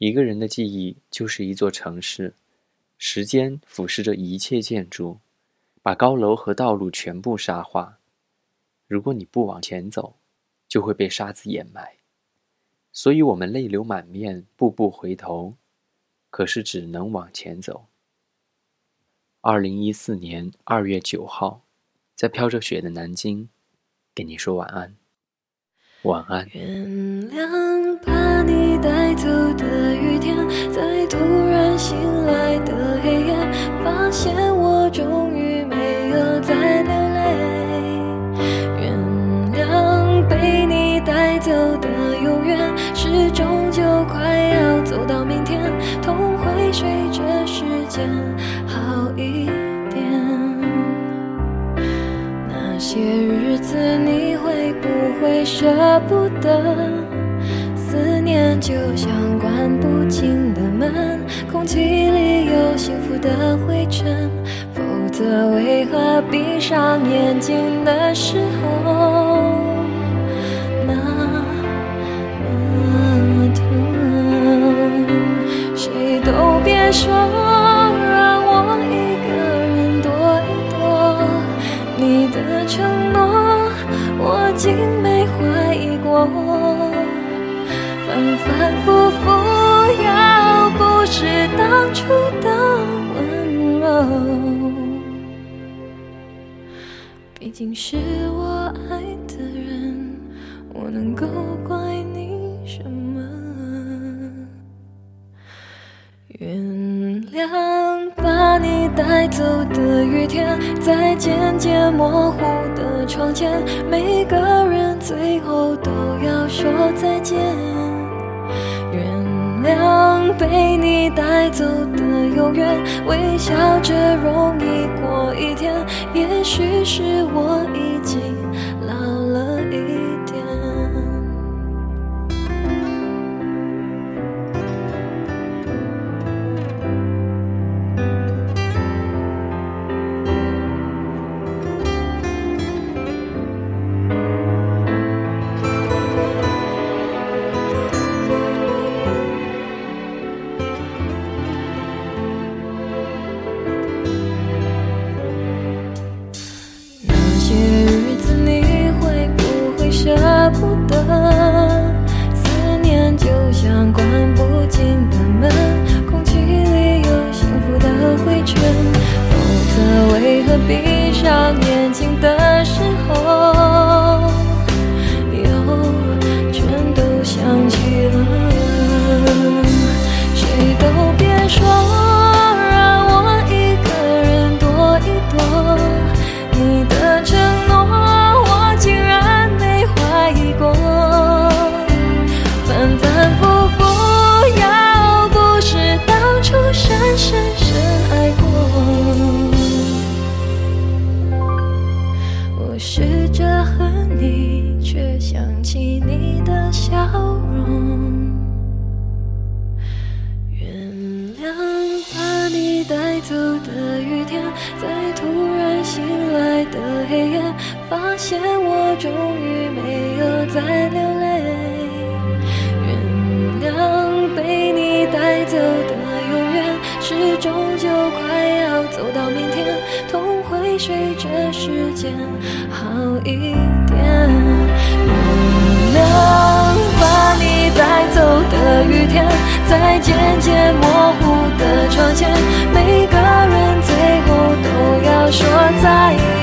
一个人的记忆就是一座城市，时间俯视着一切建筑，把高楼和道路全部沙化。如果你不往前走，就会被沙子掩埋。所以我们泪流满面，步步回头，可是只能往前走。2014年2月9号，在飘着雪的南京，跟你说晚安。晚安。 原谅把你带走的雨天，在突然醒来的黑夜，发现我终于没有再流泪。原谅被你带走的永远，是终究快要走到明天，痛会随着时间好一点。那些日子你会不会舍不得？思念就像关不紧的门，空气里有幸福的灰尘，否则为何闭上眼睛的时候那么疼？谁都别说让我一个人躲一躲，你的承诺我竟没怀疑过，反反复复，要不是当初的温柔，毕竟是我爱的人，我能够怪你什么？原谅把你带走的雨天，在渐渐模糊的窗前，每个人最后都要说再见。原谅被你带走的永远，微笑着容易过一天，也许是我已经老了一点。舍不得，思念就像关不紧的门，空气里有幸福的灰尘，否则为何闭上眼睛的时候又全都想起了？谁都别说让我一个人躲一躲，你的承诺我竟然怀疑过，反反复复，要不是当初深深深爱过，我试着恨你，却想起你的笑容。原谅把你带走的雨天，在突然醒来的黑夜，发现我终于没有再流泪。原谅被你带走的永远，是终究快要走到明天，痛会随着时间好一点。原谅把你带走的雨天，在渐渐模糊的窗前，每个人最后都要说再见。